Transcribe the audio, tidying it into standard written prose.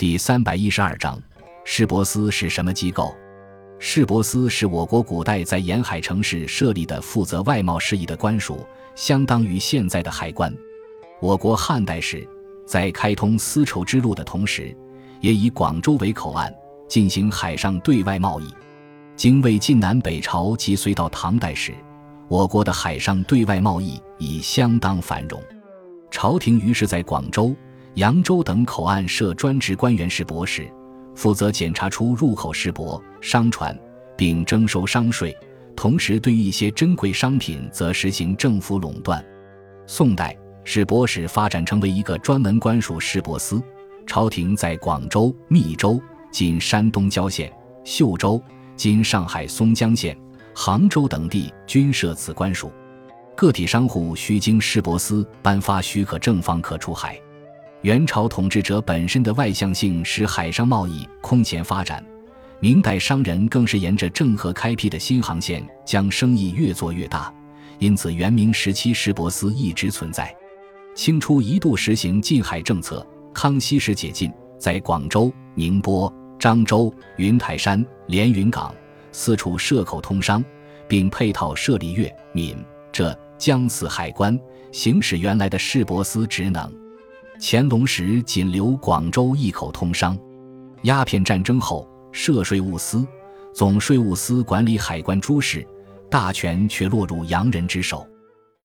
第312章，市舶司是什么机构？市舶司是我国古代在沿海城市设立的负责外贸事宜的官署，相当于现在的海关。我国汉代时，在开通丝绸之路的同时，也以广州为口岸，进行海上对外贸易。经魏晋南北朝及隋到唐代时，我国的海上对外贸易已相当繁荣。朝廷于是在广州、扬州等口岸设专职官员市舶使，负责检查出入口市舶、商船，并征收商税，同时对于一些珍贵商品则实行政府垄断。宋代，市舶使发展成为一个专门官署市舶司，朝廷在广州、密州（今山东郊县）、秀州（今上海松江县）、杭州等地均设此官署。个体商户需经市舶司颁发许可证方可出海。元朝统治者本身的外向性使海上贸易空前发展，明代商人更是沿着郑和开辟的新航线将生意越做越大，因此元明时期市舶司一直存在。清初一度实行禁海政策，康熙时解禁，在广州、宁波、漳州、云台山、连云港四处设口通商，并配套设立粤、闽、浙、江四海关，行使原来的市舶司职能。乾隆时仅留广州一口通商。鸦片战争后设税务司，总税务司管理海关诸事，大权却落入洋人之手。